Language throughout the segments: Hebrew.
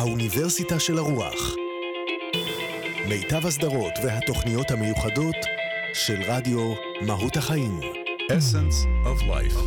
האוניברסיטה של הרוח. מיטב הסדרות והתוכניות המיוחדות של רדיו מהות החיים. Essence of Life.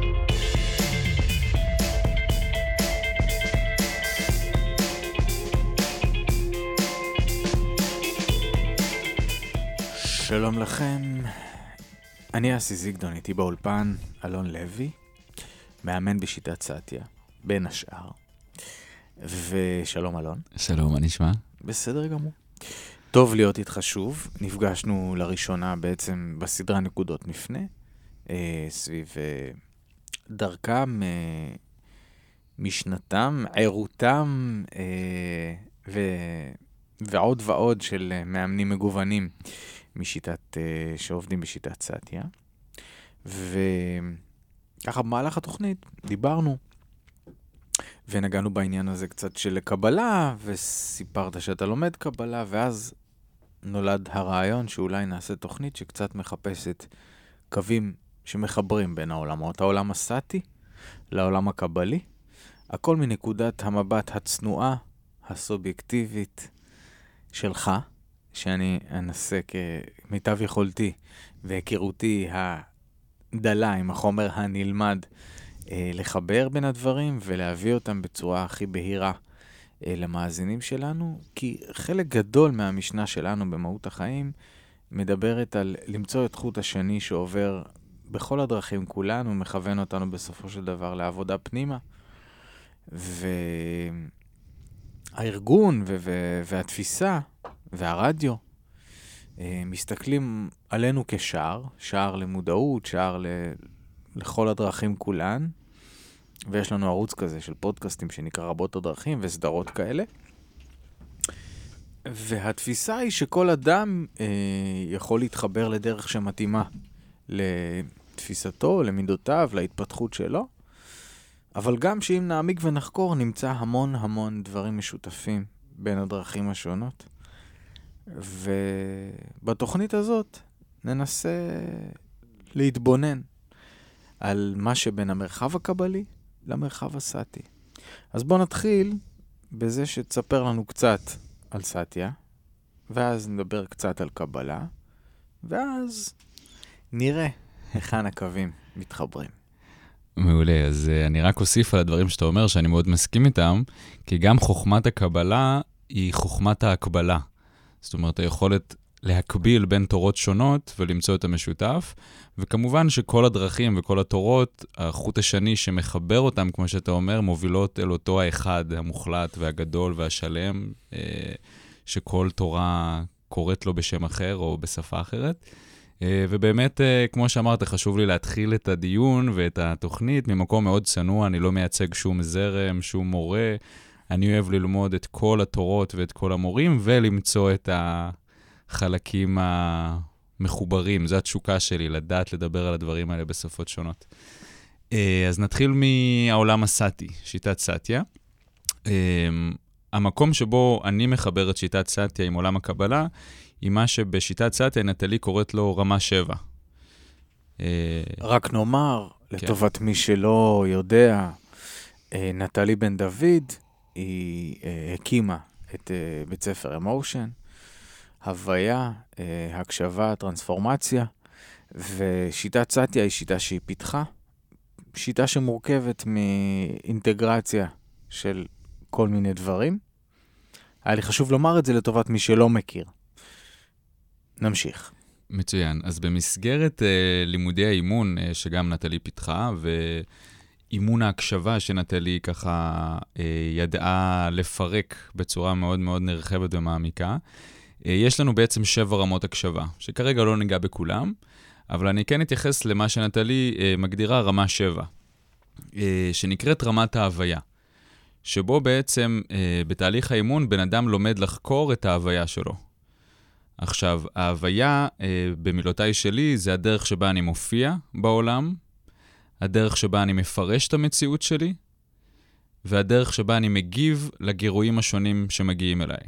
שלום לכם, אני אסי זיגדון, איתי באולפן אלון לוי, מאמן בשיטת סאטיה, בין השאר. ושלום אלון. שלום, מה נשמע? בסדר גמור. טוב להיות איתך שוב, נפגשנו לראשונה בעצם בסדרה נקודות מפנה, סביב דרכם, משנתם, עירותם ועוד ועוד של מאמנים מגוונים משיטת, שעובדים בשיטת סאטיה. וככה במהלך התוכנית דיברנו ונגענו בעניין הזה קצת של קבלה, וסיפרת שאתה לומד קבלה, ואז נולד הרעיון שאולי נעשה תוכנית שקצת מחפשת קווים שמחברים בין העולמות, העולם הסאטי לעולם הקבלי, הכל מנקודת המבט הצנועה, הסובייקטיבית שלך, שאני אנסה כמיטב יכולתי והיכרותי הדלה עם החומר הנלמד, לחבר בין הדברים ולהביא אותם בצורה הכי בהירה למאזינים שלנו, כי חלק גדול מהמשנה שלנו במהות החיים מדברת על למצוא את חוט השני שעובר בכל הדרכים כולן ומכוון אותנו בסופו של דבר לעבודה פנימה. והארגון והתפיסה והרדיו מסתכלים עלינו כשער, שער למודעות, שער לכל הדרכים כולן, ויש לנו ערוץ כזה של פודקאסטים שנקרא רבות הדרכים וסדרות כאלה. והתפיסה היא שכל אדם יכול להתחבר לדרך שמתאימה לתפיסתו, למידותיו, להתפתחות שלו, אבל גם שאם נעמיק ונחקור נמצא המון המון דברים משותפים בין הדרכים השונות. ובתוכנית הזאת ננסה להתבונן על מה שבין המרחב הקבלי למרחב הסאטי. אז בוא נתחיל בזה שתספר לנו קצת על סאטיה, ואז נדבר קצת על קבלה, ואז נראה היכן הקווים מתחברים. מעולה, אז אני רק אוסיף על הדברים שאתה אומר, שאני מאוד מסכים איתם, כי גם חוכמת הקבלה היא חוכמת ההקבלה. זאת אומרת, היכולת להקביל בין תורות שונות ולמצוא את המשותף, וכמובן שכל הדרכים וכל התורות, החוט השני שמחבר אותם, כמו שאתה אומר, מובילות אל אותו האחד, המוחלט והגדול והשלם, שכל תורה קוראת לו בשם אחר או בשפה אחרת. ובאמת, כמו שאמרת, חשוב לי להתחיל את הדיון ואת התוכנית ממקום מאוד צנוע, אני לא מייצג שום זרם, שום מורה, אני אוהב ללמוד את כל התורות ואת כל המורים, ולמצוא את החלקים המחוברים. זו התשוקה שלי, לדעת לדבר על הדברים האלה בשפות שונות. אז נתחיל מהעולם הסאטי, שיטת סאטיה. המקום שבו אני מחבר את שיטת סאטיה עם עולם הקבלה, היא מה שבשיטת סאטיה נטלי קוראת לו רמה 7. רק נאמר, לטובת מי שלא יודע, נטלי בן דוד, היא הקימה את בית ספר אמושן, הוויה, הקשבה, טרנספורמציה, ושיטת סאטיה היא שיטה שהיא פיתחה, שיטה שמורכבת מאינטגרציה של כל מיני דברים. היה לי חשוב לומר את זה לטובת מי שלא מכיר. נמשיך. מצוין. אז במסגרת לימודי האימון שגם נטלי פיתחה, אימון ההקשבה שנטלי ככה ידעה לפרק בצורה מאוד מאוד נרחבת ומעמיקה. יש לנו בעצם 7 רמות הקשבה, שכרגע לא ניגע בכולם, אבל אני כן אתייחס למה שנטלי מגדירה רמה 7, שנקראת רמת ההוויה, שבו בעצם בתהליך האימון בן אדם לומד לחקור את ההוויה שלו. עכשיו, ההוויה במילותיי שלי זה הדרך שבה אני מופיע בעולם, הדרך שבה אני מפרש את המציאות שלי, והדרך שבה אני מגיב לגירויים השונים שמגיעים אליי.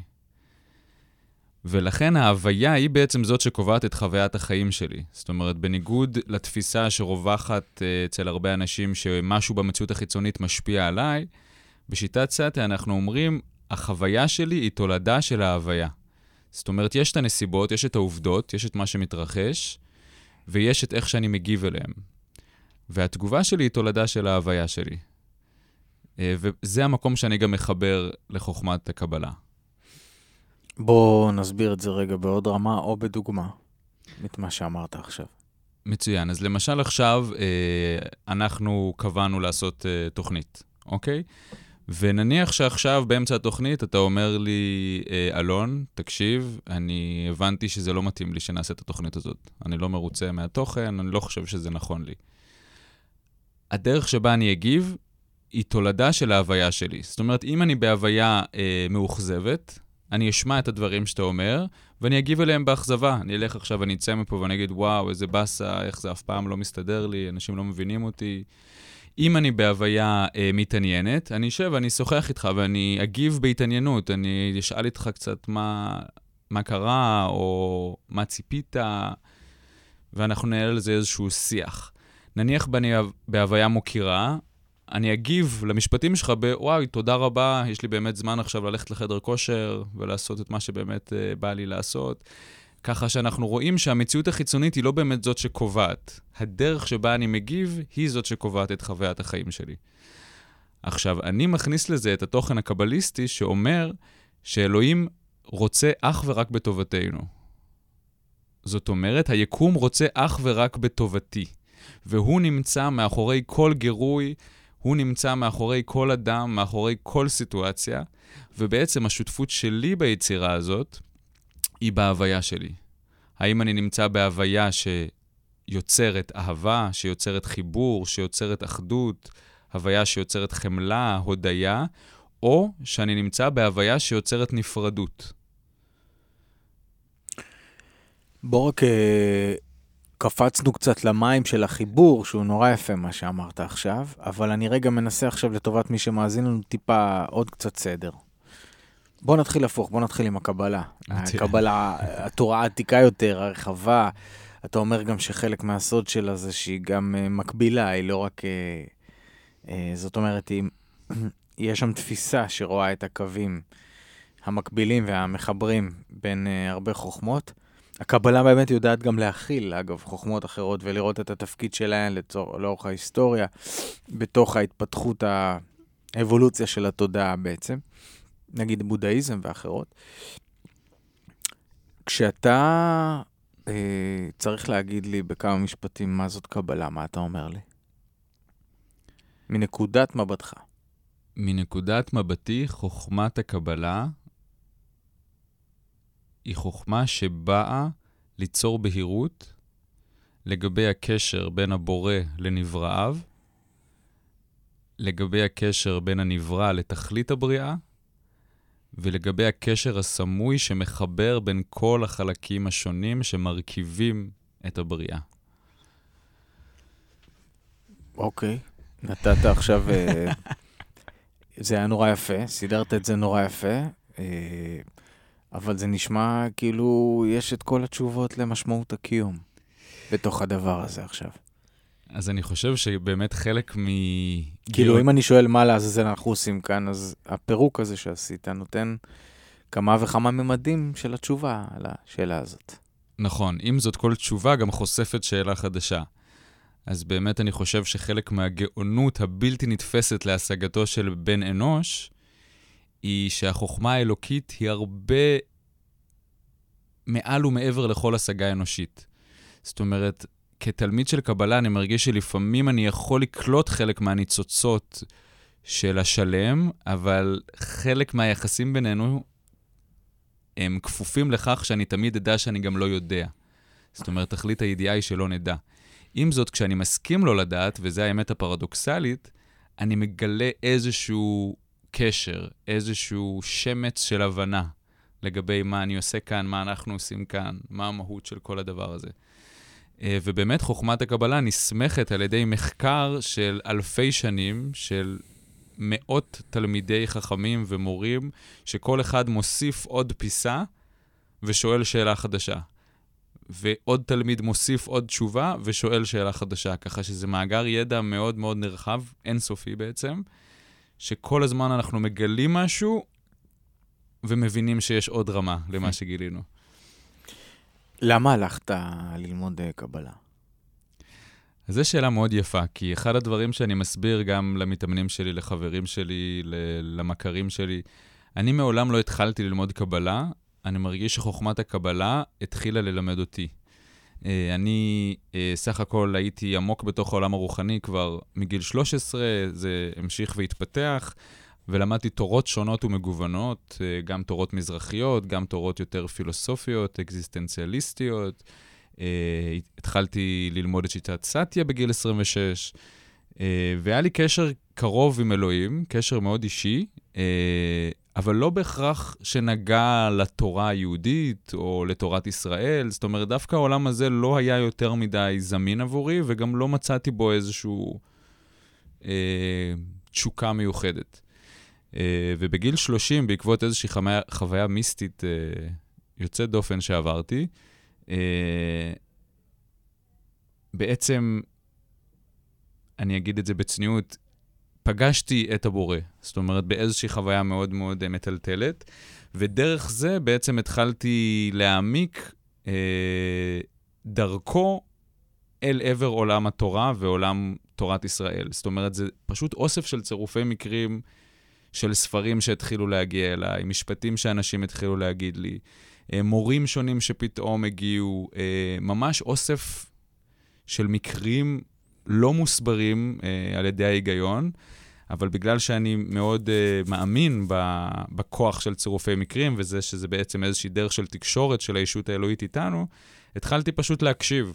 ולכן ההוויה היא בעצם זאת שקובעת את חוויית החיים שלי. זאת אומרת, בניגוד לתפיסה שרווחת אצל הרבה אנשים שמשהו במציאות החיצונית משפיע עליי, בשיטת סאטיה אנחנו אומרים, החוויה שלי היא תולדה של ההוויה. זאת אומרת, יש את הנסיבות, יש את העובדות, יש את מה שמתרחש, ויש את איך שאני מגיב אליהם. והתגובה שלי היא תולדה של ההוויה שלי. וזה המקום שאני גם מחבר לחוכמת הקבלה. בוא נסביר את זה רגע בעוד רמה או בדוגמה, את מה שאמרת עכשיו. מצוין. אז למשל עכשיו, אנחנו קבענו לעשות תוכנית, אוקיי? ונניח שעכשיו באמצע התוכנית אתה אומר לי, אלון, תקשיב, אני הבנתי שזה לא מתאים לי שנעשה את התוכנית הזאת. אני לא מרוצה מהתוכן, אני לא חושב שזה נכון לי. הדרך שבה אני אגיב היא תולדה של ההוויה שלי. זאת אומרת, אם אני בהוויה מאוכזבת, אני אשמע את הדברים שאתה אומר, ואני אגיב אליהם באכזבה. אני אלך עכשיו, אני אצא מפה ואני אגיד, וואו, איזה בסה, איך זה אף פעם לא מסתדר לי, אנשים לא מבינים אותי. אם אני בהוויה מתעניינת, אני אשב ואני אשוחח איתך ואני אגיב בהתעניינות, אני אשאל איתך קצת מה קרה או מה ציפית, ואנחנו נעלה על זה איזשהו שיח. נניח בהוויה מוכירה, אני אגיב למשפטים שלך וואי, תודה רבה, יש לי באמת זמן עכשיו ללכת לחדר כושר ולעשות את מה שבאמת בא לי לעשות. ככה שאנחנו רואים שהמציאות החיצונית היא לא באמת זאת שקובעת. הדרך שבה אני מגיב היא זאת שקובעת את חוויית החיים שלי. עכשיו, אני מכניס לזה את התוכן הקבליסטי שאומר שאלוהים רוצה אך ורק בטובתנו. זאת אומרת, היקום רוצה אך ורק בטובתי. והוא נמצא מאחורי כל גירוי, הוא נמצא מאחורי כל אדם, מאחורי כל סיטואציה, ובעצם השותפות שלי ביצירה הזאת, היא בהוויה שלי. האם אני נמצא בהוויה שיוצרת אהבה, שיוצרת חיבור, שיוצרת אחדות, הוויה שיוצרת חמלה, הודיה, או שאני נמצא בהוויה שיוצרת נפרדות. בוא רק קפצנו קצת למים של החיבור, שהוא נורא יפה מה שאמרת עכשיו, אבל אני רגע מנסה עכשיו לטובת מי שמאזין לנו טיפה עוד קצת סדר. בוא נתחיל הפוך, בוא נתחיל עם הקבלה. הקבלה, התורה העתיקה יותר, הרחבה. אתה אומר גם שחלק מהסוד שלה זה שהיא גם מקבילה, היא לא רק... זאת אומרת, יש שם תפיסה שרואה את הקווים המקבילים והמחברים בין הרבה חוכמות. הקבלה באמת יודעת גם להכיל, אגב, חוכמות אחרות, ולראות את התפקיד שלהן לאורך ההיסטוריה, בתוך ההתפתחות, האבולוציה של התודעה בעצם. נגיד בודהיזם ואחרות. כשאתה צריך להגיד לי בכמה משפטים מה זאת קבלה, מה אתה אומר לי? מנקודת מבטך. מנקודת מבטי, חוכמת הקבלה היא חוכמה שבאה ליצור בהירות לגבי הקשר בין הבורא לנבראיו, לגבי הקשר בין הנברא לתכלית הבריאה, ולגבי הקשר הסמוי שמחבר בין כל החלקים השונים שמרכיבים את הבריאה. אוקיי, נתת עכשיו, זה היה נורא יפה, סידרת את זה נורא יפה, אבל זה נשמע כאילו יש את כל התשובות למשמעות הקיום בתוך הדבר הזה עכשיו. אז אני חושב שבאמת חלק כאילו, אם אני שואל מה לעזאזל אנחנו עושים כאן, אז הפירוק הזה שעשית נותן כמה וכמה ממדים של התשובה על השאלה הזאת. נכון, אם זאת כל תשובה, גם חושפת שאלה חדשה. אז באמת אני חושב שחלק מהגאונות הבלתי נתפסת להשגתו של בן אנוש, היא שהחוכמה האלוקית היא הרבה מעל ומעבר לכל השגה אנושית. זאת אומרת, כתלמיד של קבלה אני מרגיש שלפעמים אני יכול לקלוט חלק מהניצוצות של השלם, אבל חלק מהיחסים בינינו הם כפופים לכך שאני תמיד אדע שאני גם לא יודע. זאת אומרת, תכלית הידיעה היא שלא נדע. עם זאת, כשאני מסכים לא לדעת, וזה האמת הפרדוקסלית, אני מגלה איזשהו קשר, איזשהו שמץ של הבנה לגבי מה אני עושה כאן, מה אנחנו עושים כאן, מה המהות של כל הדבר הזה. ובאמת חוכמת הקבלה נסמכת על ידי מחקר של אלפי שנים, של מאות תלמידי חכמים ומורים, שכל אחד מוסיף עוד פיסה ושואל שאלה חדשה. ועוד תלמיד מוסיף עוד תשובה ושואל שאלה חדשה, ככה שזה מאגר ידע מאוד מאוד נרחב, אינסופי בעצם, שכל הזמן אנחנו מגלים משהו ומבינים שיש עוד רמה למה שגילינו. למה הלכת ללמוד קבלה? אז זו שאלה מאוד יפה, כי אחד הדברים שאני מסביר גם למתאמנים שלי, לחברים שלי, למכרים שלי, אני מעולם לא התחלתי ללמוד קבלה, אני מרגיש שחוכמת הקבלה התחילה ללמד אותי. אני סך הכל הייתי עמוק בתוך העולם הרוחני כבר מגיל 13, זה המשיך והתפתח, ולמדתי תורות שונות ומגוונות, גם תורות מזרחיות, גם תורות יותר פילוסופיות, אקזיסטנציאליסטיות. התחלתי ללמוד את שיטת סאטיה בגיל 26, והיה לי קשר קרוב עם אלוהים, קשר מאוד אישי, אבל לא בהכרח שנגע לתורה היהודית או לתורת ישראל. זאת אומרת, דווקא העולם הזה לא היה יותר מדי זמין עבורי, וגם לא מצאתי בו איזשהו תשוקה מיוחדת. ובגיל 30, בעקבות איזושהי חוויה מיסטית יוצאת דופן שעברתי, בעצם, אני אגיד את זה בצניעות, פגשתי את הבורא. זאת אומרת, באיזושהי חוויה מאוד מאוד מטלטלת, ודרך זה בעצם התחלתי להעמיק דרכו אל עבר עולם התורה ועולם תורת ישראל. זאת אומרת, זה פשוט אוסף של צירופי מקרים של ספרים שהתחילו להגיע אליי, משפטים שאנשים התחילו להגיד לי, מורים שונים שפתאום הגיעו, ממש אוסף של מקרים לא מוסברים על ידי ההיגיון, אבל בגלל שאני מאוד מאמין בכוח של צירופי מקרים, וזה שזה בעצם איזושהי דרך של תקשורת של הישות האלוהית איתנו, התחלתי פשוט להקשיב.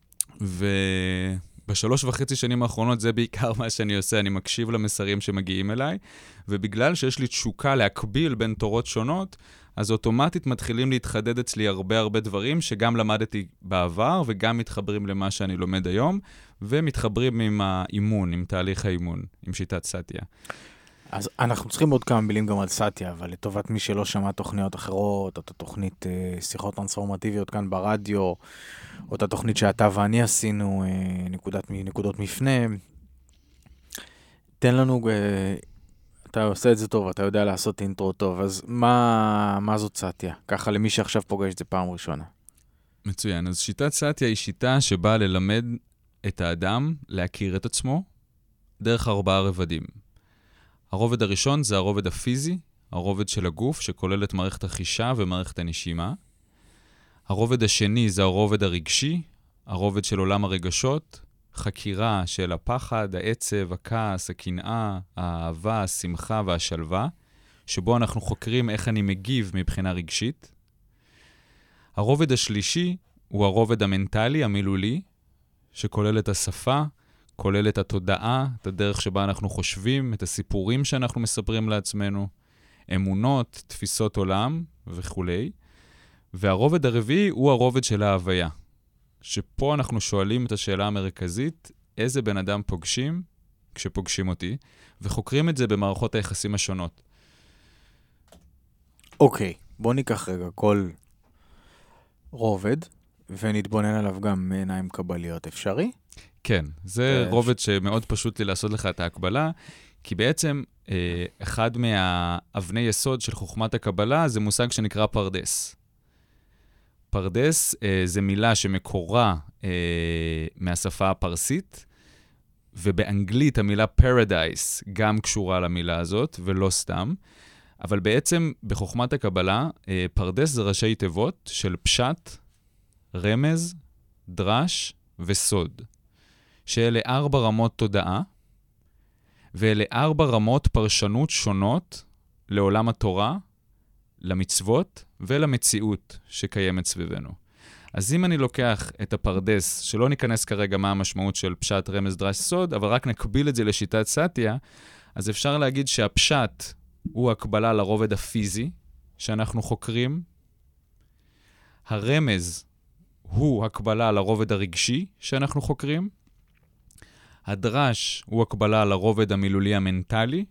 ב3.5 שנים האחרונות זה בעיקר מה שאני עושה, אני מקשיב למסרים שמגיעים אליי, ובגלל שיש לי תשוקה להקביל בין תורות שונות, אז אוטומטית מתחילים להתחדד אצלי הרבה דברים שגם למדתי בעבר, וגם מתחברים למה שאני לומד היום, ומתחברים עם האימון, עם תהליך האימון, עם שיטת סאטיה. אז אנחנו צריכים עוד כמה מילים גם על סאטיה, אבל לטובת מי שלא שמע תוכניות אחרות, אותה תוכנית שיחות טרנספורמטיביות כאן ברדיו, אותה תוכנית שאתה ואני עשינו, נקודות מפנה. תן לנו, אתה עושה את זה טוב, אתה יודע לעשות אינטרו טוב, אז מה זאת סאטיה? ככה למי שעכשיו פוגש את זה פעם ראשונה. מצוין, אז שיטת סאטיה היא שיטה שבאה ללמד את האדם להכיר את עצמו דרך 4 רבדים. הרובד הראשון זה הרובד הפיזי, הרובד של הגוף, שכולל את מערכת החישה ומערכת הנשימה. הרובד השני זה הרובד הרגשי, הרובד של עולם הרגשות, חקירה של הפחד, העצב, הכעס, הקנאה, האהבה, השמחה והשלווה, שבו אנחנו חוקרים איך אני מגיב מבחינה רגשית. הרובד השלישי הוא הרובד המנטלי, המילולי, שכולל את השפה, כולל את התודעה, את הדרך שבה אנחנו חושבים, את הסיפורים שאנחנו מספרים לעצמנו, אמונות, תפיסות עולם וכו'. והרובד הרביעי הוא הרובד של ההוויה, שפה אנחנו שואלים את השאלה המרכזית, איזה בן אדם פוגשים כשפוגשים אותי, וחוקרים את זה במערכות היחסים השונות. אוקיי, בוא ניקח רגע כל רובד, ונתבונן עליו גם מעיניים קבליות. אפשרי? כן, זה רובד שמאוד פשוט לי לעשות לך את ההקבלה, כי בעצם אחד מהאבני יסוד של חוכמת הקבלה זה מושג שנקרא פרדס. פרדס זה מילה שמקורה מהשפה הפרסית, ובאנגלית המילה paradise גם קשורה למילה הזאת, ולא סתם. אבל בעצם בחוכמת הקבלה, פרדס זה ראשי תיבות של פשט, רמז, דרש וסוד. שאלה 4 רמות תודעה, ואלה 4 רמות פרשנות שונות לעולם התורה, למצוות ולמציאות שקיימת סביבנו. אז אם אני לוקח את הפרדס, שלא ניכנס כרגע מה המשמעות של פשט, רמז, דרש, סוד, אבל רק נקביל את זה לשיטת סאטיה, אז אפשר להגיד שהפשט הוא הקבלה לרובד הפיזי שאנחנו חוקרים, הרמז הוא הקבלה לרובד הרגשי שאנחנו חוקרים, הדרש הוא הקבלה לרובד המילולי המנטלי,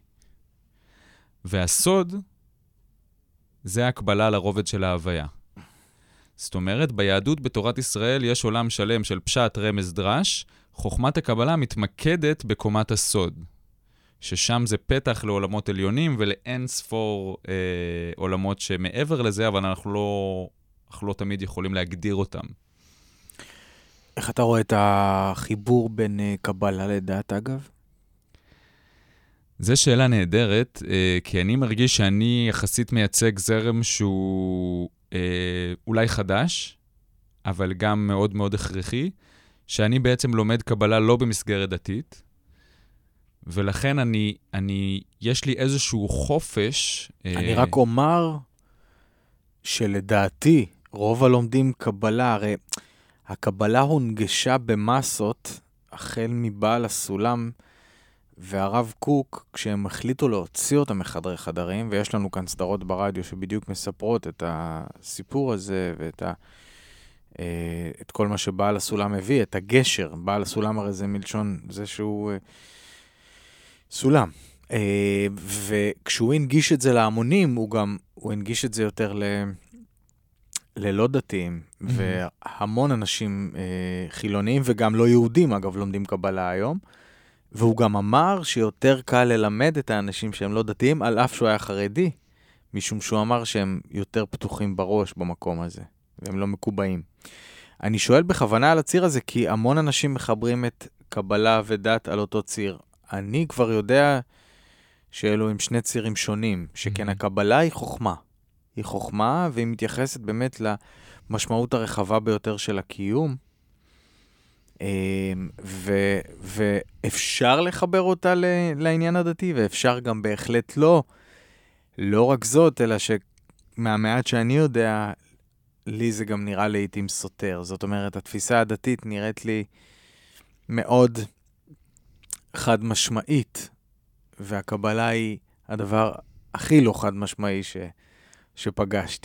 והסוד זה הקבלה לרובד של ההוויה. זאת אומרת, ביהדות בתורת ישראל יש עולם שלם של פשט, רמז, דרש, חוכמת הקבלה מתמקדת בקומת הסוד, ששם זה פתח לעולמות עליונים ולאין ספור עולמות שמעבר לזה, אבל אנחנו לא תמיד יכולים להגדיר אותם. איך אתה רואה את החיבור בין קבלה לדת, אגב? זו שאלה נהדרת, כי אני מרגיש שאני יחסית מייצג זרם שהוא אולי חדש, אבל גם מאוד מאוד הכרחי, שאני בעצם לומד קבלה לא במסגרת דתית, ולכן יש לי איזשהו חופש. אני רק אומר שלדעתי, רוב הלומדים קבלה, הרי הקבלה הונגשה במסות, החל מבעל הסולם והרב קוק, כשהם החליטו להוציא אותם מחדרי חדרים, ויש לנו כאן סדרות ברדיו שבדיוק מספרות את הסיפור הזה, ואת את כל מה שבעל הסולם הביא, את הגשר. בעל הסולם הרי זה מלשון, זה שהוא סולם. וכשהוא הנגיש את זה להמונים, הוא הנגיש את זה יותר ללא דתיים, והמון אנשים חילוניים וגם לא יהודים, אגב, לומדים קבלה היום, והוא גם אמר שיותר קל ללמד את האנשים שהם לא דתיים, על אף שהוא היה חרדי, משום שהוא אמר שהם יותר פתוחים בראש במקום הזה, והם לא מקובעים. אני שואל בכוונה על הציר הזה, כי המון אנשים מחברים את קבלה ודת על אותו ציר. אני כבר יודע שאלו הם שני צירים שונים, שכן הקבלה היא חוכמה. היא חוכמה, והיא מתייחסת באמת למשמעות הרחבה ביותר של הקיום, ואפשר לחבר אותה לעניין הדתי, ואפשר גם בהחלט לא רק זאת, אלא שמהמעט שאני יודע, לי זה גם נראה לעתים סותר. זאת אומרת, התפיסה הדתית נראית לי מאוד חד משמעית, והקבלה היא הדבר הכי לא חד משמעי שפגשתי.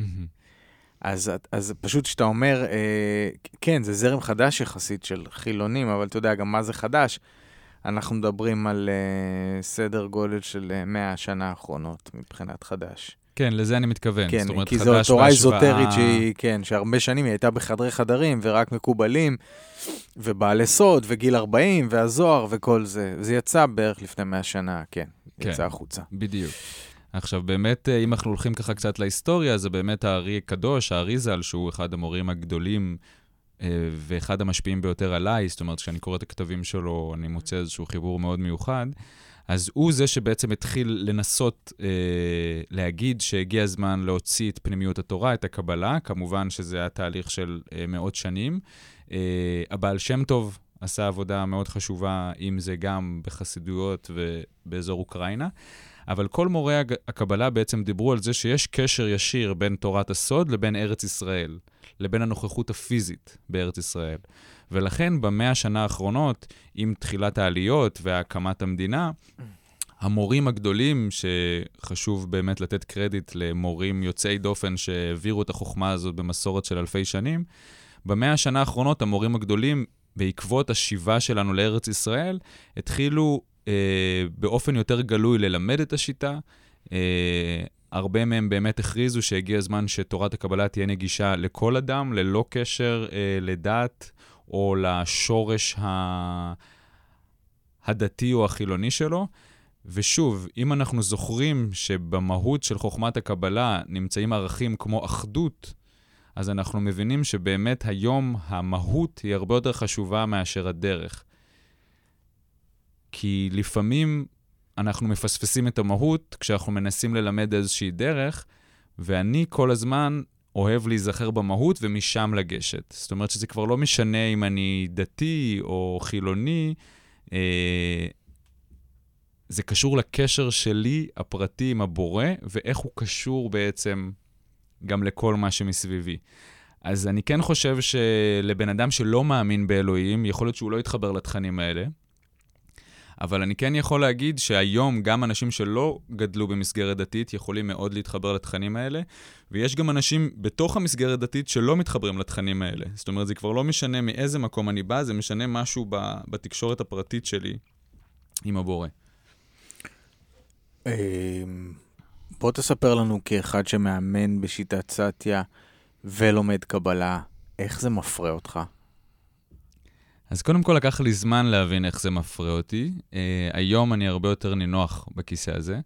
אז פשוט שאתה אומר, כן, זה זרם חדש יחסית של חילונים, אבל אתה יודע גם מה זה חדש. אנחנו מדברים על סדר גודל של 100 השנה האחרונות מבחינת חדש. כן, לזה אני מתכוון. כן, זאת אומרת, כי זו תורה איזוטרית שהיא, כן, שהרבה שנים היא הייתה בחדרי חדרים, ורק מקובלים, ובעלי סוד, וגיל 40, והזוהר, וכל זה. זה יצא בערך לפני 100 שנה, כן, יצא החוצה. בדיוק. עכשיו, באמת, אם אנחנו הולכים ככה קצת להיסטוריה, זה באמת הארי הקדוש, הארי ז"ל, שהוא אחד המורים הגדולים, ואחד המשפיעים ביותר עליי, זאת אומרת, כשאני קורא את הכתבים שלו, אני מוצא איזשהו חיבור מאוד מיוחד, אז הוא זה שבעצם התחיל לנסות להגיד שהגיע הזמן להוציא את פנימיות התורה, את הקבלה, כמובן שזה היה תהליך של מאות שנים. הבעל שם טוב עשה עבודה מאוד חשובה, אם זה גם בחסידויות ובאזור אוקראינה, אבל כל מורי הקבלה בעצם דיברו על זה שיש קשר ישיר בין תורת הסוד לבין ארץ ישראל, לבין הנוכחות הפיזית בארץ ישראל. ולכן במאה השנה האחרונות, עם תחילת העליות והקמת המדינה, המורים הגדולים, שחשוב באמת לתת קרדיט למורים יוצאי דופן שהעבירו את החוכמה הזאת במסורת של אלפי שנים, במאה השנה האחרונות המורים הגדולים, בעקבות השיבה שלנו לארץ ישראל, התחילו באופן יותר גלוי ללמד את השיטה. הרבה מהם באמת הכריזו שהגיע הזמן שתורת הקבלה תהיה נגישה לכל אדם, ללא קשר לדת או לשורש הדתי או החילוני שלו. ושוב, אם אנחנו זוכרים שבמהות של חוכמת הקבלה נמצאים ערכים כמו אחדות, אז אנחנו מבינים שבאמת היום המהות היא הרבה יותר חשובה מאשר הדרך. כי לפעמים אנחנו מפספסים את המהות כשאנחנו מנסים ללמד איזושהי דרך, ואני כל הזמן אוהב להיזכר במהות ומשם לגשת. זאת אומרת שזה כבר לא משנה אם אני דתי או חילוני, זה קשור לקשר שלי הפרטי עם הבורא, ואיך הוא קשור בעצם גם לכל מה שמסביבי. אז אני כן חושב שלבן אדם שלא מאמין באלוהים, יכול להיות שהוא לא יתחבר לתכנים האלה, אבל אני כן יכול להגיד שהיום גם אנשים שלא גדלו במסגרת דתית יכולים מאוד להתחבר לתכנים האלה, ויש גם אנשים בתוך המסגרת דתית שלא מתחברים לתכנים האלה. זאת אומרת, זה כבר לא משנה מאיזה מקום אני בא, זה משנה משהו בתקשורת הפרטית שלי עם הבורא. בוא תספר לנו כאחד שמאמן בשיטת סטיה ולומד קבלה, איך זה מפרה אותך? אז קודם כל לקח לי זמן להבין איך זה מפריע אותי. היום אני הרבה יותר נינוח בכיסא הזה.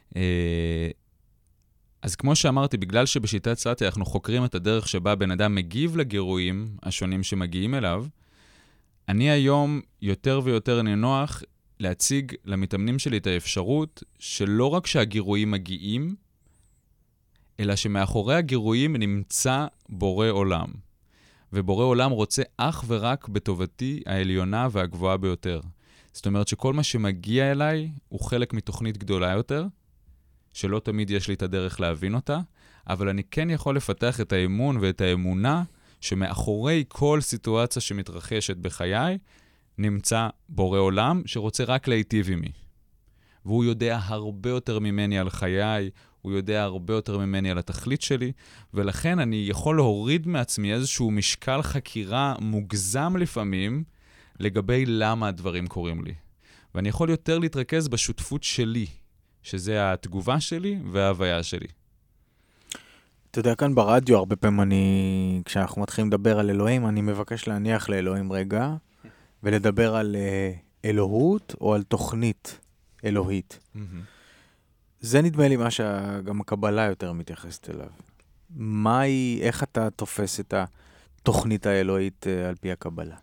אז כמו שאמרתי, בגלל שבשיטת סאטי אנחנו חוקרים את הדרך שבה בן אדם מגיב לגירויים השונים שמגיעים אליו, אני היום יותר ויותר נינוח להציג למתאמנים שלי את האפשרות שלא רק שהגירויים מגיעים, אלא שמאחורי הגירויים נמצא בורא עולם. ובורא עולם רוצה אך ורק בטובתי העליונה והגבוהה ביותר. זאת אומרת שכל מה שמגיע אליי הוא חלק מתוכנית גדולה יותר, שלא תמיד יש לי את הדרך להבין אותה, אבל אני כן יכול לפתח את האמון ואת האמונה שמאחורי כל סיטואציה שמתרחשת בחיי, נמצא בורא עולם שרוצה רק להיטיב עמי. והוא יודע הרבה יותר ממני על חיי, הוא יודע הרבה יותר ממני על התכלית שלי, ולכן אני יכול להוריד מעצמי איזשהו משקל חקירה מוגזם לפעמים, לגבי למה הדברים קורים לי. ואני יכול יותר להתרכז בשותפות שלי, שזה התגובה שלי וההוויה שלי. אתה יודע, כאן ברדיו הרבה פעמים כשאנחנו מתחילים לדבר על אלוהים, אני מבקש להניח לאלוהים רגע, ולדבר על אלוהות או על תוכנית אלוהית. זה נדמה לי מה שגם הקבלה יותר מתייחסת אליו. איך אתה תופס את התוכנית האלוהית על פי הקבלה?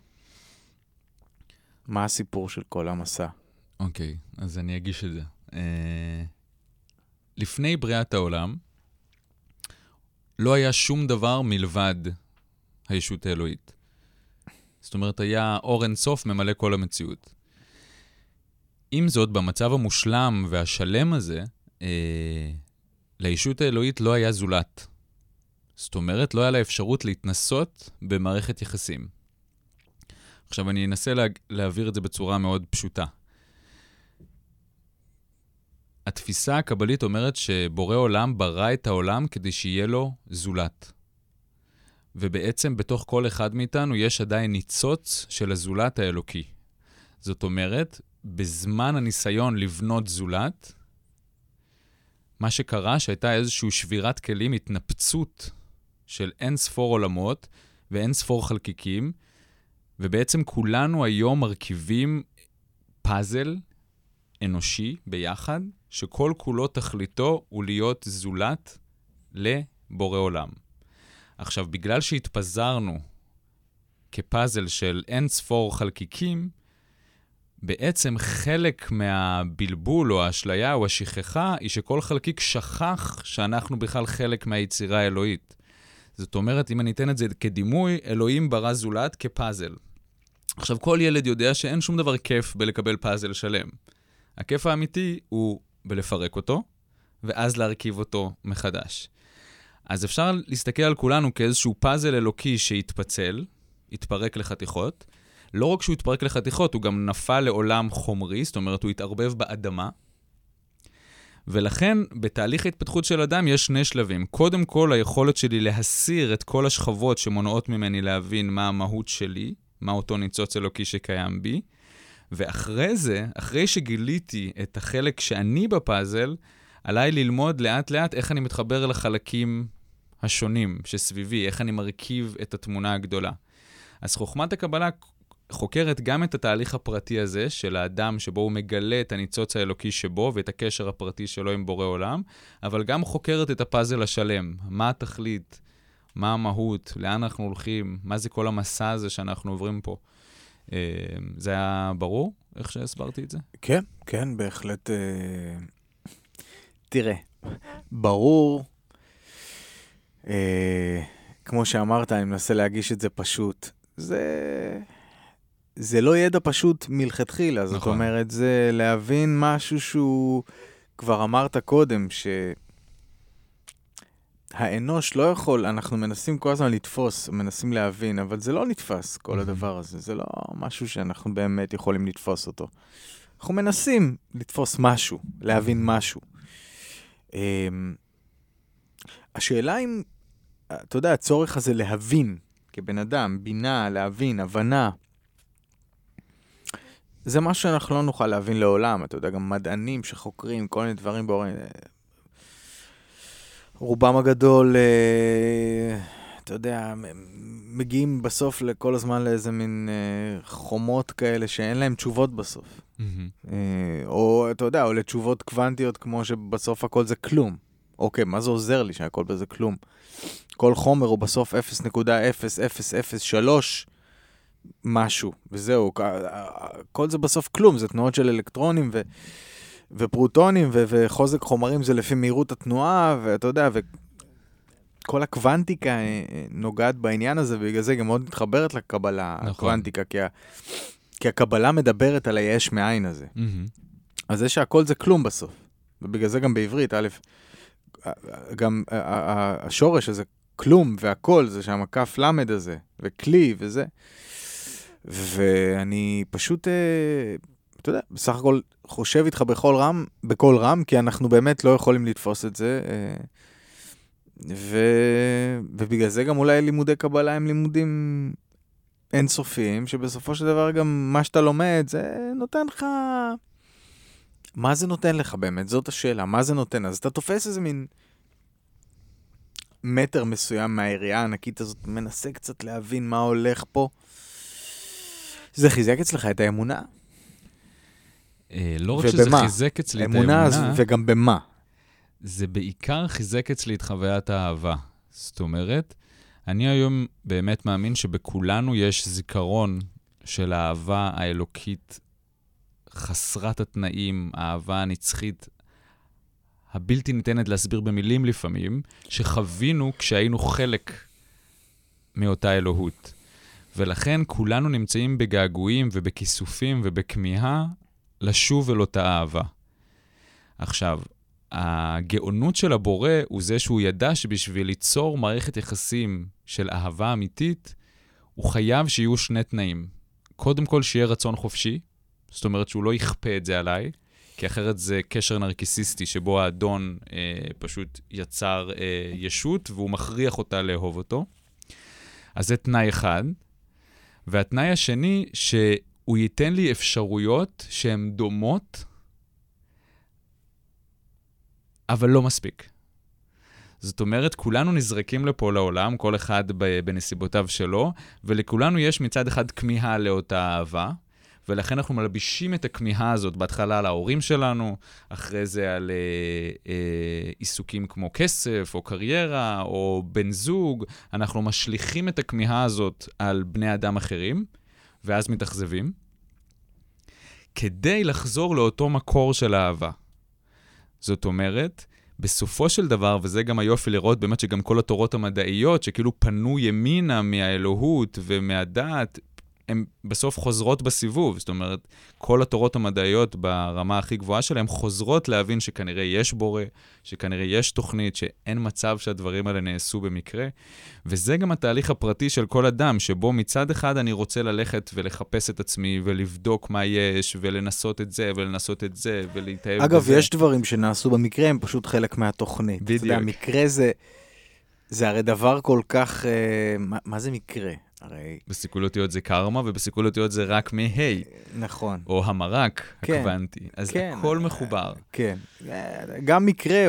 מה הסיפור של כל המסע? אוקיי, אז אני אגיש את זה. לפני בריאת העולם, לא היה שום דבר מלבד הישות האלוהית. זאת אומרת, היה אור אין סוף ממלא כל המציאות. עם זאת, במצב המושלם והשלם הזה, לישות האלוהית לא היה זולת. זאת אומרת, לא היה לה אפשרות להתנסות במערכת יחסים. עכשיו, אני אנסה להעביר את זה בצורה מאוד פשוטה. התפיסה הקבלית אומרת שבורא עולם ברא את העולם כדי שיהיה לו זולת. ובעצם בתוך כל אחד מאיתנו יש עדיין ניצוץ של הזולת האלוקי. זאת אומרת, בזמן הניסיון לבנות זולת, מה שקרה שהייתה איזושהי שבירת כלים, התנפצות של אין ספור עולמות ואין ספור חלקיקים, ובעצם כולנו היום מרכיבים פאזל אנושי ביחד, שכל כולו תכליתו הוא להיות זולת לבורא עולם. עכשיו, בגלל שהתפזרנו כפאזל של אין ספור חלקיקים, בעצם חלק מהבלבול או האשליה או השכחה היא שכל חלקיק שכח שאנחנו בכלל חלק מהיצירה האלוהית. זאת אומרת, אם אני אתן את זה כדימוי, אלוהים ברא זולת כפאזל. עכשיו, כל ילד יודע שאין שום דבר כיף בלקבל פאזל שלם. הכיף האמיתי הוא בלפרק אותו, ואז להרכיב אותו מחדש. אז אפשר להסתכל על כולנו כאיזשהו פאזל אלוקי שהתפצל, התפרק לחתיכות. לא רק שהוא התפרק לחתיכות, הוא גם נפל לעולם חומרי, זאת אומרת, הוא התערבב באדמה. ולכן, בתהליך ההתפתחות של אדם יש שני שלבים. קודם כל, היכולת שלי להסיר את כל השכבות שמונעות ממני להבין מה המהות שלי, מה אותו ניצוץ אלוקי שקיים בי. ואחרי זה, אחרי שגיליתי את החלק שאני בפאזל, עליי ללמוד לאט לאט איך אני מתחבר לחלקים השונים שסביבי, איך אני מרכיב את התמונה הגדולה. אז חוכמת הקבלה חוקרת גם את התהליך הפרטי הזה של האדם שבו הוא מגלה את הניצוץ האלוקי שבו ואת הקשר הפרטי שלו עם בורא עולם, אבל גם חוקרת את הפאזל השלם. מה התכלית? מה המהות? לאן אנחנו הולכים? מה זה כל המסע הזה שאנחנו עוברים פה? זה היה ברור? איך שהסברתי את זה? כן, כן, בהחלט. תראה, ברור, כמו שאמרת, אני מנסה להגיש את זה פשוט. זה לא ידע פשוט מלכתחילה, זאת אומרת, זה להבין משהו שהוא, כבר אמרת קודם, שהאנוש לא יכול, אנחנו מנסים כל הזמן לתפוס, מנסים להבין, אבל זה לא נתפס, כל הדבר הזה. זה לא משהו שאנחנו באמת יכולים לתפוס אותו. אנחנו מנסים לתפוס משהו, להבין משהו. השאלה אם, אתה יודע, הצורך הזה להבין, כבן אדם, בינה, להבין, הבנה, זה משהו שאנחנו לא נוכל להבין לעולם. אתה יודע, גם מדענים שחוקרים כל מיני דברים בעולם, רובם הגדול, אתה אתה יודע, מגיעים בסוף לכל הזמן לאיזה מין חומות כאלה שאין להם תשובות בסוף. או, אתה יודע, או לתשובות קוונטיות כמו שבסוף הכל זה כלום. אוקיי, מה זה עוזר לי שהכל בזה כלום? כל חומר הוא בסוף 0.0003 משהו, וזהו. כל זה בסוף כלום, זה תנועות של אלקטרונים ופרוטונים וחוזק חומרים זה לפי מהירות התנועה, ואתה יודע, כל הקוונטיקה נוגעת בעניין הזה, ובגלל זה גם מאוד מתחברת לקבלה, הקוונטיקה, כי הקבלה מדברת על היש מאין הזה. אז זה שהכל זה כלום בסוף. ובגלל זה גם בעברית, א', גם השורש הזה, כלום והכל, זה שם כף למד הזה, וכלי וזה. ואני פשוט, אתה יודע, בסך הכל חושב איתך בכל רם, כי אנחנו באמת לא יכולים לתפוס את זה, ובגלל זה גם אולי לימודי קבלה הם לימודים אינסופיים, שבסופו של דבר גם מה שאתה לומד, זה נותן לך... מה זה נותן לך באמת? זאת השאלה, מה זה נותן? אז אתה תופס איזה מין מטר מסוים מהעירייה הענקית הזאת, מנסה קצת להבין מה הולך פה. זה חיזק אצלך את האמונה? לא רק שזה חיזק אצלי את האמונה, וגם במה? זה בעיקר חיזק אצלי את חוויית האהבה. זאת אומרת, אני היום באמת מאמין שבכולנו יש זיכרון של האהבה האלוקית חסרת התנאים, האהבה הנצחית, הבלתי ניתנת להסביר במילים לפעמים, שחווינו כשהיינו חלק מאותה אלוהות. ולכן כולנו נמצאים בגעגועים ובכיסופים ובכמיהה לשוב אל אותה אהבה. עכשיו, הגאונות של הבורא הוא זה שהוא ידע שבשביל ליצור מערכת יחסים של אהבה אמיתית, הוא חייב שיהיו שני תנאים. קודם כל שיהיה רצון חופשי, זאת אומרת שהוא לא יכפה את זה עליי, כי אחרת זה קשר נרקיסיסטי שבו האדון פשוט יצר ישות והוא מכריח אותה לאהוב אותו. אז זה תנאי אחד. והתנאי השני, שהוא ייתן לי אפשרויות שהן דומות, אבל לא מספיק. זאת אומרת, כולנו נזרקים לפה לעולם, כל אחד בנסיבותיו שלו, ולכולנו יש מצד אחד כמיהה לאותה אהבה, ולכן אנחנו מלבישים את הכמיהה הזאת בהתחלה על ההורים שלנו, אחרי זה על עיסוקים כמו כסף או קריירה או בן זוג, אנחנו משליכים את הכמיהה הזאת על בני אדם אחרים, ואז מתאכזבים, כדי לחזור לאותו מקור של האהבה. זאת אומרת, בסופו של דבר, וזה גם היופי לראות באמת שגם כל התורות המדעיות שכאילו פנו ימינה מהאלוהות ומהדעת, הן בסוף חוזרות בסיבוב. זאת אומרת, כל התורות המדעיות ברמה הכי גבוהה שלהן חוזרות להבין שכנראה יש בורא, שכנראה יש תוכנית, שאין מצב שהדברים האלה נעשו במקרה. וזה גם התהליך הפרטי של כל אדם, שבו מצד אחד אני רוצה ללכת ולחפש את עצמי ולבדוק מה יש, ולנסות את זה ולנסות את זה ולהתאהב אגב, בזה. יש דברים שנעשו במקרה, הם פשוט חלק מהתוכנית. בדיוק. אתה יודע, המקרה זה הרי דבר כל כך... מה זה מקרה? הרי... בסיקולותיות זה קרמה, ובסיקולותיות זה רק מהי. נכון. או המרק כן, הקוונטי. אז כן, הכל מחובר. כן. גם מקרה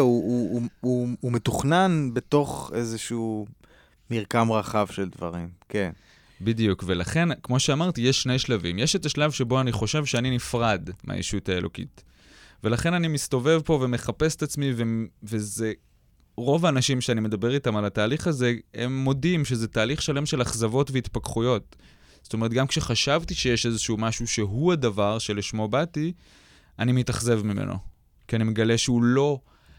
הוא מתוכנן בתוך איזשהו מרקם רחב של דברים. כן. בדיוק, ולכן, כמו שאמרתי, יש שני שלבים. יש את השלב שבו אני חושב שאני נפרד מהישות האלוקית. ולכן אני מסתובב פה ומחפש את עצמי, וזה... רוב האנשים שאני מדבר איתם על התהליך הזה, הם מודים שזה תהליך שלם של אכזבות והתפכחויות. זאת אומרת, גם כשחשבתי שיש איזשהו משהו שהוא הדבר שלשמו באתי, אני מתאכזב ממנו. כי אני מגלה שהוא לא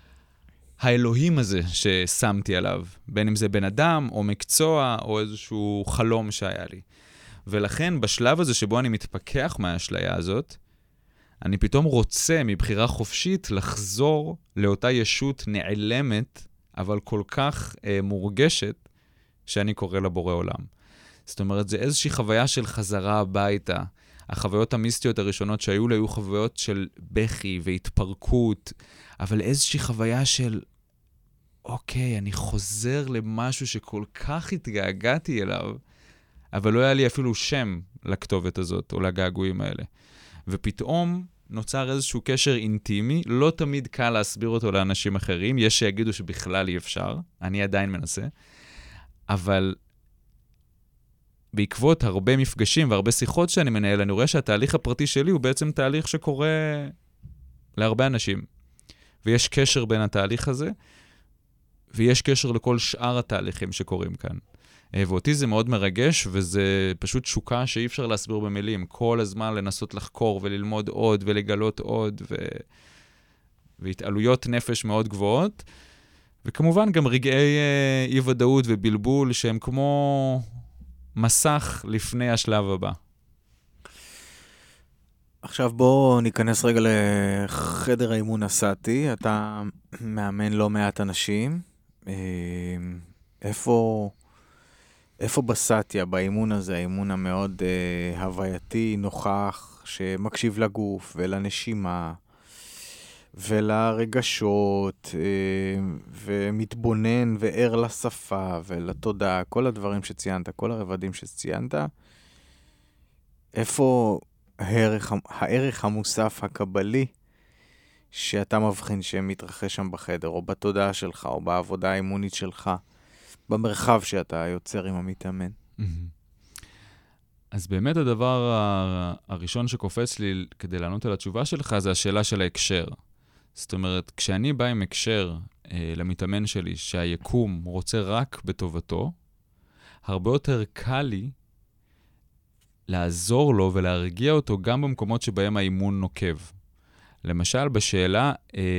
האלוהים הזה ששמתי עליו. בין אם זה בן אדם, או מקצוע, או איזשהו חלום שהיה לי. ולכן, בשלב הזה שבו אני מתפכח מהאשליה הזאת, אני פתאום רוצה מבחירה חופשית לחזור לאותה ישות נעלמת, אבל כל כך מורגשת, שאני קורא לה בורא עולם. זאת אומרת, זה איזושהי חוויה של חזרה הביתה. החוויות המיסטיות הראשונות שהיו לה היו חוויות של בכי והתפרקות, אבל איזושהי חוויה של, אוקיי, אני חוזר למשהו שכל כך התגעגעתי אליו, אבל לא היה לי אפילו שם לכתובת הזאת או לגעגועים האלה. ופתאום נוצר איזשהו קשר אינטימי, לא תמיד קל להסביר אותו לאנשים אחרים, יש שיגידו שבכלל אי אפשר, אני עדיין מנסה, אבל בעקבות הרבה מפגשים והרבה שיחות שאני מנהל, אני רואה שהתהליך הפרטי שלי הוא בעצם תהליך שקורה להרבה אנשים. ויש קשר בין התהליך הזה, ויש קשר לכל שאר התהליכים שקורים כאן. ואותי זה מאוד מרגש, וזה פשוט שוקה שאי אפשר להסביר במילים. כל הזמן לנסות לחקור וללמוד עוד ולגלות עוד, והתעלויות נפש מאוד גבוהות. וכמובן גם רגעי אי-ודאות ובלבול שהם כמו מסך לפני השלב הבא. עכשיו בוא ניכנס רגע לחדר האימון הסאטי. אתה מאמן לא מעט אנשים. איפה בסאטיה, באימון הזה, האימון המאוד הווייתי, נוכח, שמקשיב לגוף ולנשימה ולרגשות, ומתבונן וער לשפה ולתודעה, כל הדברים שציינת, כל הרבדים שציינת, איפה הערך המוסף הקבלי שאתה מבחין שמתרחש שם בחדר, או בתודעה שלך, או בעבודה האימונית שלך, במרחב שאתה יוצר עם המתאמן? אז באמת הדבר הראשון שקופץ לי כדי לענות על התשובה שלך, זה השאלה של ההקשר. זאת אומרת, כשאני בא עם הקשר למתאמן שלי, שהיקום רוצה רק בטובתו, הרבה יותר קל לי לעזור לו ולהרגיע אותו גם במקומות שבהם האימון נוקב. למשל, בשאלה,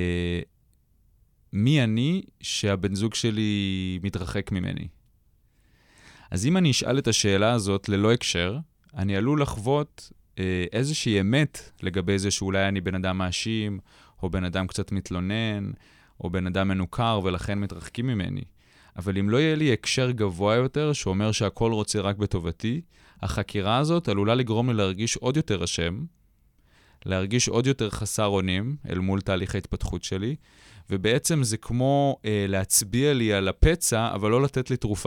מי אני שהבן זוג שלי מתרחק ממני? אז אם אני אשאל את השאלה הזאת ללא הקשר, אני עלול לחוות איזושהי אמת לגבי זה שאולי אני בן אדם מאשים, או בן אדם קצת מתלונן, או בן אדם מנוכר ולכן מתרחקים ממני. אבל אם לא יהיה לי הקשר גבוה יותר שאומר שהכל רוצה רק בטובתי, החקירה הזאת עלולה לגרום לי להרגיש עוד יותר אשם, להרגיש עוד יותר חסר אונים אל מול תהליך ההתפתחות שלי, ובעצם זה כמו להצביע לי על הפצע, אבל לא לתת לי תרופה.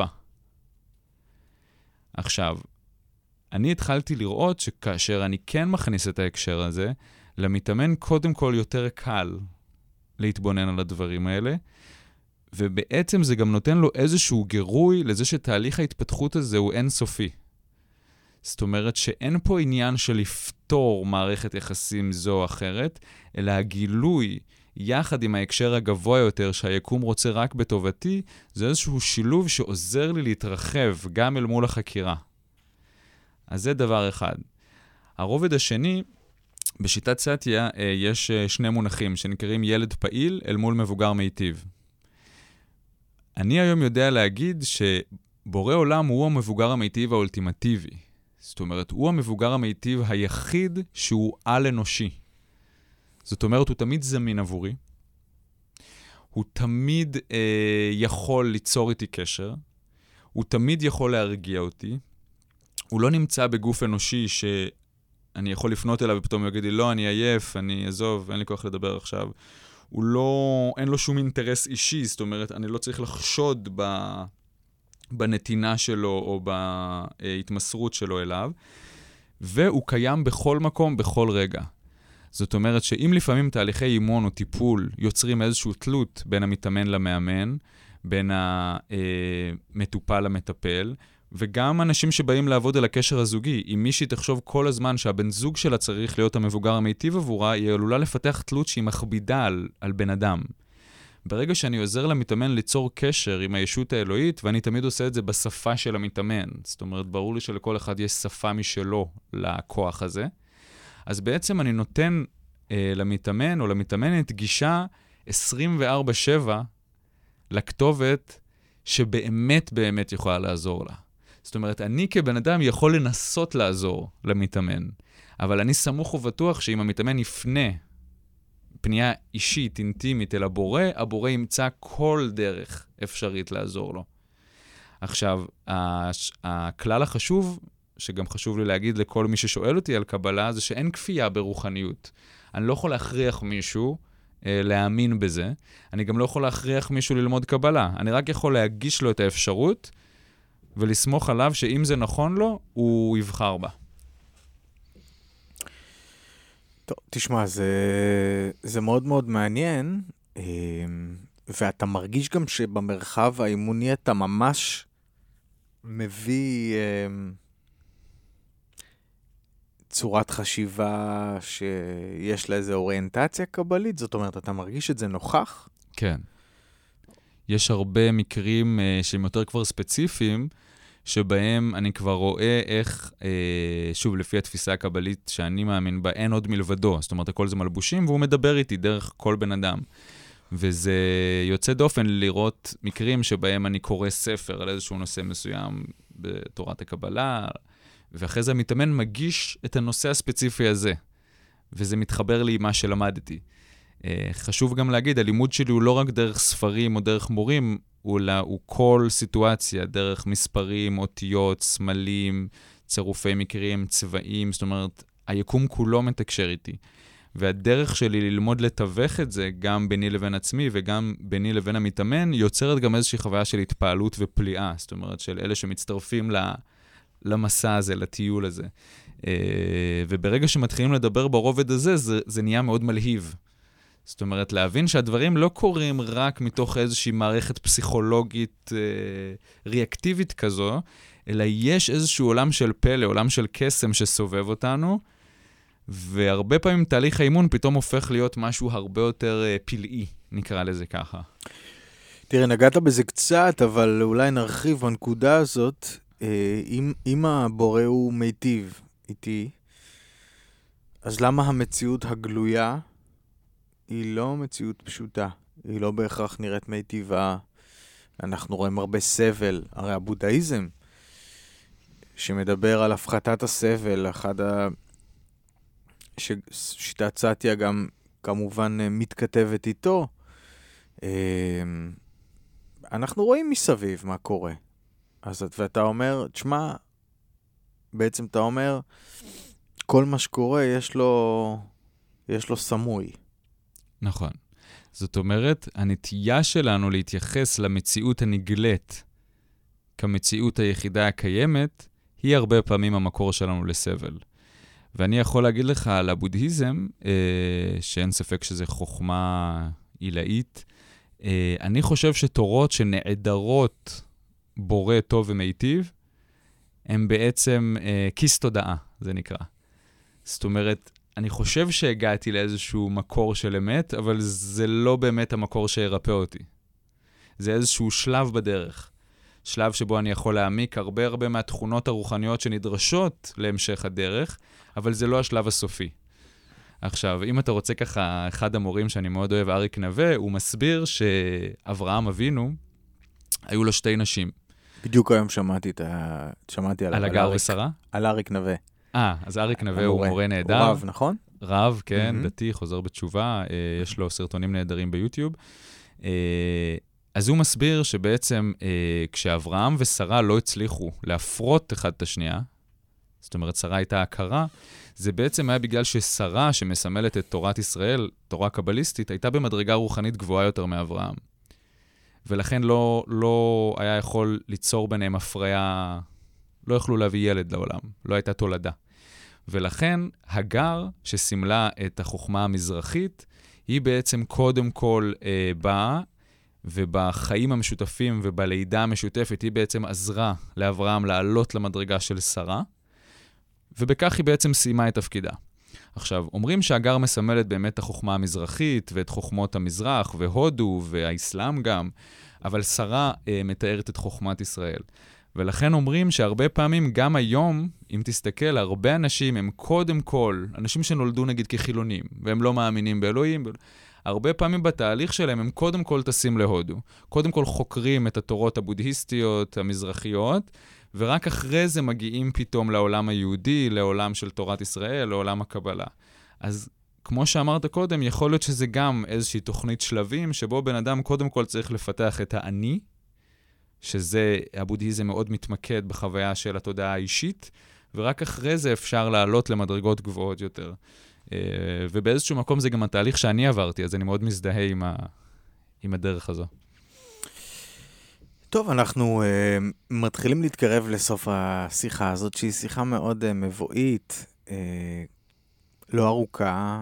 עכשיו, אני התחלתי לראות שכאשר אני כן מכניס את ההקשר הזה, למתאמן קודם כל יותר קל להתבונן על הדברים האלה, ובעצם זה גם נותן לו איזשהו גירוי לזה שתהליך ההתפתחות הזה הוא אינסופי. זאת אומרת שאין פה עניין של לפתור מערכת יחסים זו או אחרת, אלא הגילוי יחד עם ההקשר הגבוה יותר שהיקום רוצה רק בטובתי, זה איזשהו שילוב שעוזר לי להתרחב גם אל מול החקירה. אז זה דבר אחד. הרובד השני, בשיטת סאטיה יש שני מונחים שנקראים ילד פעיל אל מול מבוגר מיטיב. אני היום יודע להגיד שבורא עולם הוא המבוגר המיטיב האולטימטיבי. זאת אומרת, הוא המבוגר המיטיב היחיד שהוא על-אנושי. זאת אומרת, הוא תמיד זמין עבורי. הוא תמיד יכול ליצור איתי קשר. הוא תמיד יכול להרגיע אותי. הוא לא נמצא בגוף אנושי שאני יכול לפנות אליו ופתאום הוא יגיד לי, לא, אני עייף, אני אעזוב, אין לי כוח לדבר עכשיו. אין לו שום אינטרס אישי, זאת אומרת, אני לא צריך לחשוד בנתינה שלו או בהתמסרות שלו אליו, והוא קיים בכל מקום, בכל רגע. זאת אומרת שאם לפעמים תהליכי אימון או טיפול יוצרים איזושהי תלות בין המתאמן למאמן, בין המטופל למטפל, וגם אנשים שבאים לעבוד על הקשר הזוגי, אם מישהי תחשוב כל הזמן שהבן זוג שלה צריך להיות המבוגר המיטיב עבורה, היא עלולה לפתח תלות שהיא מכבידה על בן אדם. ברגע שאני עוזר למתאמן ליצור קשר עם הישות האלוהית, ואני תמיד עושה את זה בשפה של המתאמן, זאת אומרת, ברור לי שלכל אחד יש שפה משלו לכוח הזה, אז בעצם אני נותן למתאמן או למתאמנת גישה 24/7 לכתובת שבאמת באמת יכולה לעזור לה. זאת אומרת, אני כבן אדם יכול לנסות לעזור למתאמן, אבל אני סמוך ובטוח שאם המתאמן יפנה פנייה אישית, אינטימית אל הבורא, הבורא ימצא כל דרך אפשרית לעזור לו. עכשיו, הכלל החשוב, שגם חשוב לי להגיד לכל מי ששואל אותי על קבלה, זה שאין כפייה ברוחניות. אני לא יכול להכריח מישהו להאמין בזה, אני גם לא יכול להכריח מישהו ללמוד קבלה. אני רק יכול להגיש לו את האפשרות, ולסמוך עליו שאם זה נכון לו, הוא יבחר בה. טוב, תשמע, זה מאוד מאוד מעניין, ואתה מרגיש גם שבמרחב האימוני אתה ממש מביא צורת חשיבה שיש לה איזו אוריינטציה קבלית? זאת אומרת, אתה מרגיש את זה נוכח? כן. יש הרבה מקרים שהם יותר כבר ספציפיים, שבהם אני כבר רואה איך, שוב, לפי התפיסה הקבלית שאני מאמין בה, אין עוד מלבדו. זאת אומרת, הכל זה מלבושים, והוא מדבר איתי דרך כל בן אדם. וזה יוצא דופן לראות מקרים שבהם אני קורא ספר על איזשהו נושא מסוים בתורת הקבלה, ואחרי זה המתאמן מגיש את הנושא הספציפי הזה, וזה מתחבר לי עם מה שלמדתי. חשוב גם להגיד, הלימוד שלי הוא לא רק דרך ספרים או דרך מורים, הוא כל סיטואציה, דרך מספרים, אותיות, סמלים, צירופי מקרים, צבעים, זאת אומרת, היקום כולו מתקשר איתי. והדרך שלי ללמוד לתווך את זה, גם ביני לבין עצמי וגם ביני לבין המתאמן, יוצרת גם איזושהי חוויה של התפעלות ופליאה, זאת אומרת, של אלה שמצטרפים למסע הזה, לטיול הזה. וברגע שמתחילים לדבר ברובד הזה, זה נהיה מאוד מלהיב. זאת אומרת, להבין שהדברים לא קורים רק מתוך איזושהי מערכת פסיכולוגית ריאקטיבית כזו, אלא יש איזשהו עולם של פלא, עולם של קסם שסובב אותנו, והרבה פעמים תהליך האימון פתאום הופך להיות משהו הרבה יותר פלאי, נקרא לזה ככה. תראה, נגעת בזה קצת, אבל אולי נרחיב בנקודה הזאת. אם הבורא הוא מיטיב איתי, אז למה המציאות הגלויה היא לא מציאות פשוטה? היא לא בהכרח נראית מיטיבה. אנחנו רואים הרבה סבל. הרי הבודהיזם, שמדבר על הפחתת הסבל, ששיטת סאטיה גם כמובן מתכתבת איתו, אנחנו רואים מסביב מה קורה. ואתה אומר, תשמע, בעצם אתה אומר, כל מה שקורה יש לו סמוי. נכון. זאת אומרת, הנטייה שלנו להתייחס למציאות הנגלית כמציאות היחידה הקיימת, היא הרבה פעמים המקור שלנו לסבל. ואני יכול להגיד לך על הבודהיזם, שאין ספק שזה חוכמה עילאית, אני חושב שתורות שנעדרות בורא טוב ומיטיב, הם בעצם כיס תודעה, זה נקרא. זאת אומרת, אני חושב שהגעתי לאיזשהו מקור של אמת, אבל זה לא באמת המקור שירפא אותי. זה איזשהו שלב בדרך. שלב שבו אני יכול להעמיק הרבה מהתכונות הרוחניות שנדרשות להמשך הדרך, אבל זה לא השלב הסופי. עכשיו, אם אתה רוצה ככה, אחד המורים שאני מאוד אוהב, אריק נווה, הוא מסביר שאברהם אבינו, היו לו 2 נשים. בדיוק היום שמעתי על הגר ושרה? על אריק נווה. אז אריק נווה הוא מורה נהדר. הוא רב, נכון? רב, כן, דתי, חוזר בתשובה, יש לו סרטונים נהדרים ביוטיוב. אז הוא מסביר שבעצם כשאברהם ושרה לא הצליחו להפרות אחד את השנייה, זאת אומרת, שרה הייתה הכרה, זה בעצם היה בגלל ששרה, שמסמלת את תורת ישראל, תורה קבליסטית, הייתה במדרגה רוחנית גבוהה יותר מאברהם. ולכן לא היה יכול ליצור ביניהם הפריה, לא יכלו להביא ילד לעולם, לא הייתה תולדה. ולכן הגר, שסמלה את החוכמה המזרחית, היא בעצם קודם כל באה, ובחיים המשותפים ובלידה המשותפת היא בעצם עזרה לאברהם לעלות למדרגה של שרה, ובכך היא בעצם סיימה את תפקידה. עכשיו, אומרים שהגר מסמלת באמת את החוכמה המזרחית ואת חוכמות המזרח והודו והאסלאם גם, אבל שרה מתארת את חוכמת ישראל. ולכן אומרים שהרבה פעמים, גם היום, אם תסתכל, הרבה אנשים הם קודם כל, אנשים שנולדו נגיד כחילונים, והם לא מאמינים באלוהים, הרבה פעמים בתהליך שלהם הם קודם כל טסים להודו. קודם כל חוקרים את התורות הבודהיסטיות, המזרחיות, ורק אחרי זה מגיעים פתאום לעולם היהודי, לעולם של תורת ישראל, לעולם הקבלה. אז כמו שאמרת קודם, יכול להיות שזה גם איזושהי תוכנית שלבים, שבו בן אדם קודם כל צריך לפתח את האני, שזה, הבודהיזם מאוד מתמקד בחוויה של התודעה האישית, ורק אחרי זה אפשר לעלות למדרגות גבוהות יותר. ובאיזשהו מקום זה גם התהליך שאני עברתי, אז אני מאוד מזדהה עם הדרך הזו. טוב, אנחנו מתחילים להתקרב לסוף השיחה הזאת, שהיא שיחה מאוד מבואית, לא ארוכה,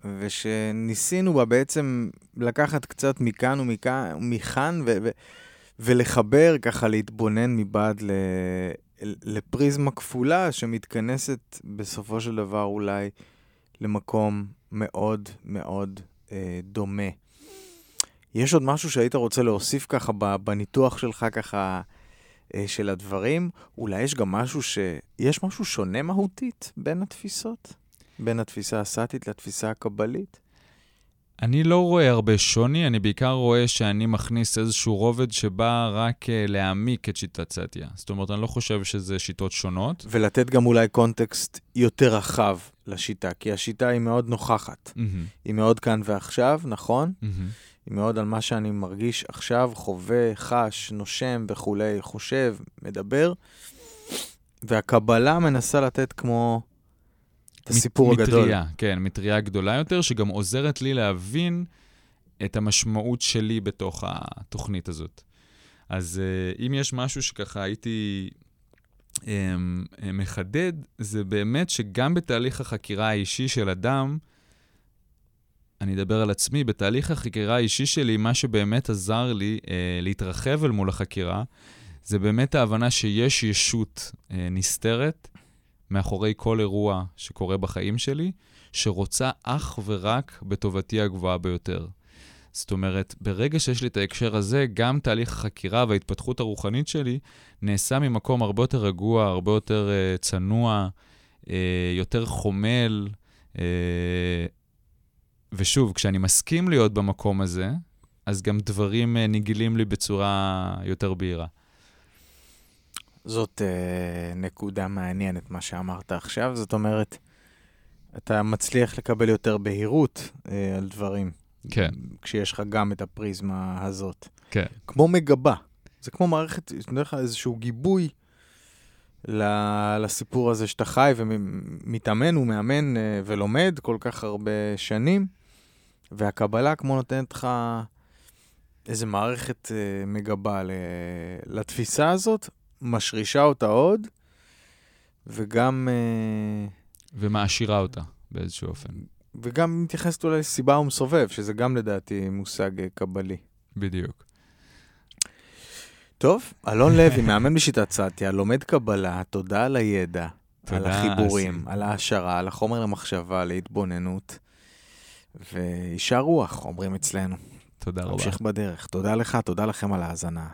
ושניסינו בה בעצם לקחת קצת מכאן ומכאן, ולחבר, ככה להתבונן מבעד לפריזמה כפולה, שמתכנסת בסופו של דבר אולי למקום מאוד מאוד דומה. יש עוד משהו שהיית רוצה להוסיף ככה בניתוח שלך ככה של הדברים? אולי יש גם יש משהו שונה מהותית בין התפיסות? בין התפיסה הסאטית לתפיסה הקבלית? אני לא רואה הרבה שוני, אני בעיקר רואה שאני מכניס איזשהו רובד שבא רק להעמיק את שיטת סאטיה. זאת אומרת, אני לא חושב שזה שיטות שונות. ולתת גם אולי קונטקסט יותר רחב לשיטה, כי השיטה היא מאוד נוכחת. היא מאוד כאן ועכשיו, נכון? היא מאוד על מה שאני מרגיש עכשיו, חווה, חש, נושם וכולי, חושב, מדבר. והקבלה מנסה לתת כמו את הסיפור הגדול. מטריה, כן, מטריה גדולה יותר, שגם עוזרת לי להבין את המשמעות שלי בתוך התוכנית הזאת. אז אם יש משהו שככה הייתי מחדד, זה באמת שגם בתהליך החקירה האישי של אדם, אני אדבר על עצמי, בתהליך החקירה האישי שלי, מה שבאמת עזר לי להתרחב אל מול החקירה, זה באמת ההבנה שיש ישות נסתרת מאחורי כל אירוע שקורה בחיים שלי, שרוצה אך ורק בטובתי הגבוהה ביותר. זאת אומרת, ברגע שיש לי את ההקשר הזה, גם תהליך החקירה וההתפתחות הרוחנית שלי נעשה ממקום הרבה יותר רגוע, הרבה יותר צנוע, יותר חומל, ושוב, כשאני מסכים להיות במקום הזה, אז גם דברים נגילים לי בצורה יותר בהירה. זאת נקודה מעניינת, מה שאמרת עכשיו. זאת אומרת, אתה מצליח לקבל יותר בהירות על דברים. כן. כשיש לך גם את הפריזמה הזאת. כן. כמו מגבה. זה כמו מערכת, נראה לך איזשהו גיבוי לסיפור הזה שאתה חי ומתאמן ומאמן ולומד כל כך הרבה שנים. והקבלה כמו נותנת לך איזו מערכת מגבה לתפיסה הזאת, משרישה אותה עוד, וגם ומעשירה אותה באיזשהו אופן. וגם מתייחסת אולי לסיבה ומסובב, שזה גם לדעתי מושג קבלי. בדיוק. טוב, אלון לוי, מאמן בשיטת סאטיה, לומד קבלה, תודה על הידע, על החיבורים, על ההשערה, על החומר למחשבה, להתבוננות, ואישה רוח, אומרים אצלנו. תודה רבה. המשך בדרך. תודה לך, תודה לכם על ההאזנה.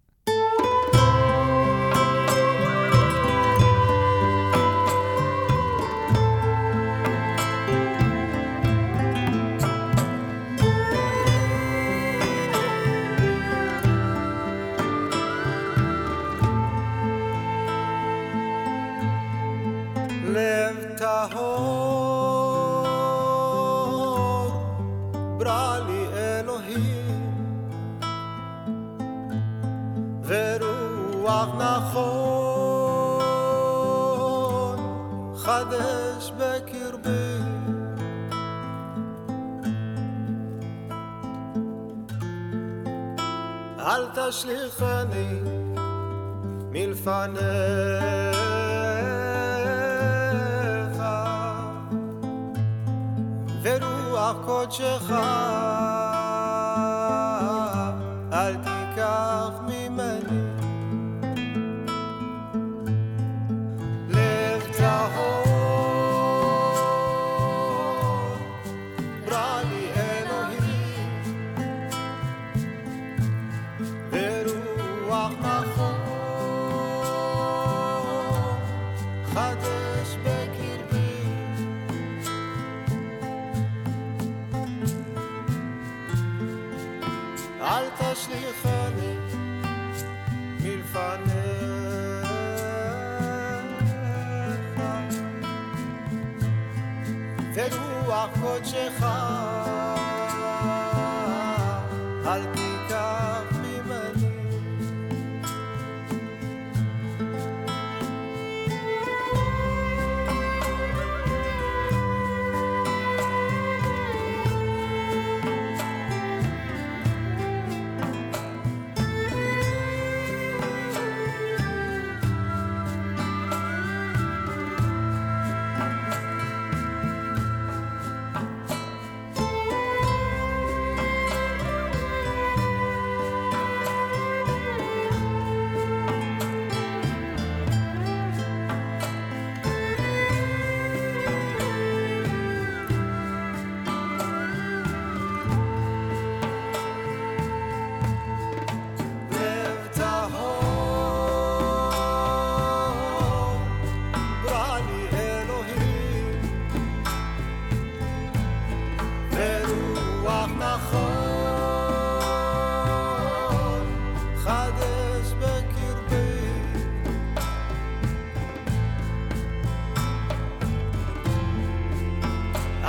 לב טהור ברא לי אלוהים ורוח נכון חדש בקרבי אל תשליכני מלפניך ורוח קודשך אל תיקח ממני לב טהור ברא לי אלוהים ורוח נכון חדש בקרבי אל תשליכני מלפניך ורוח קודשך אל תיקח ממני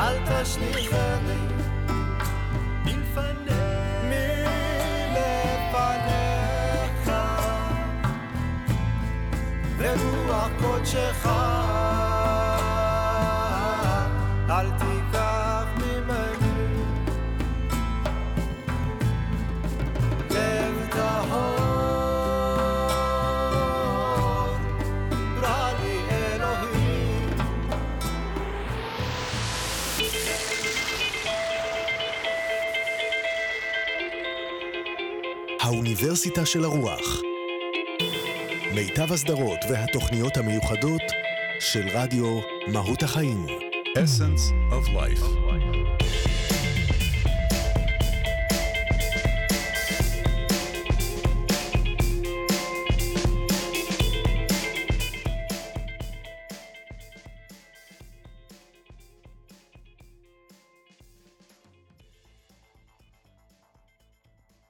אל תשליכני מלפניך ורוח קודשך אל תיקח ממני לב טהור ברא לי אלוהים האוניברסיטה של הרוח, מיטב הסדרות והתוכניות המיוחדות של רדיו מהות החיים. Essence of Life.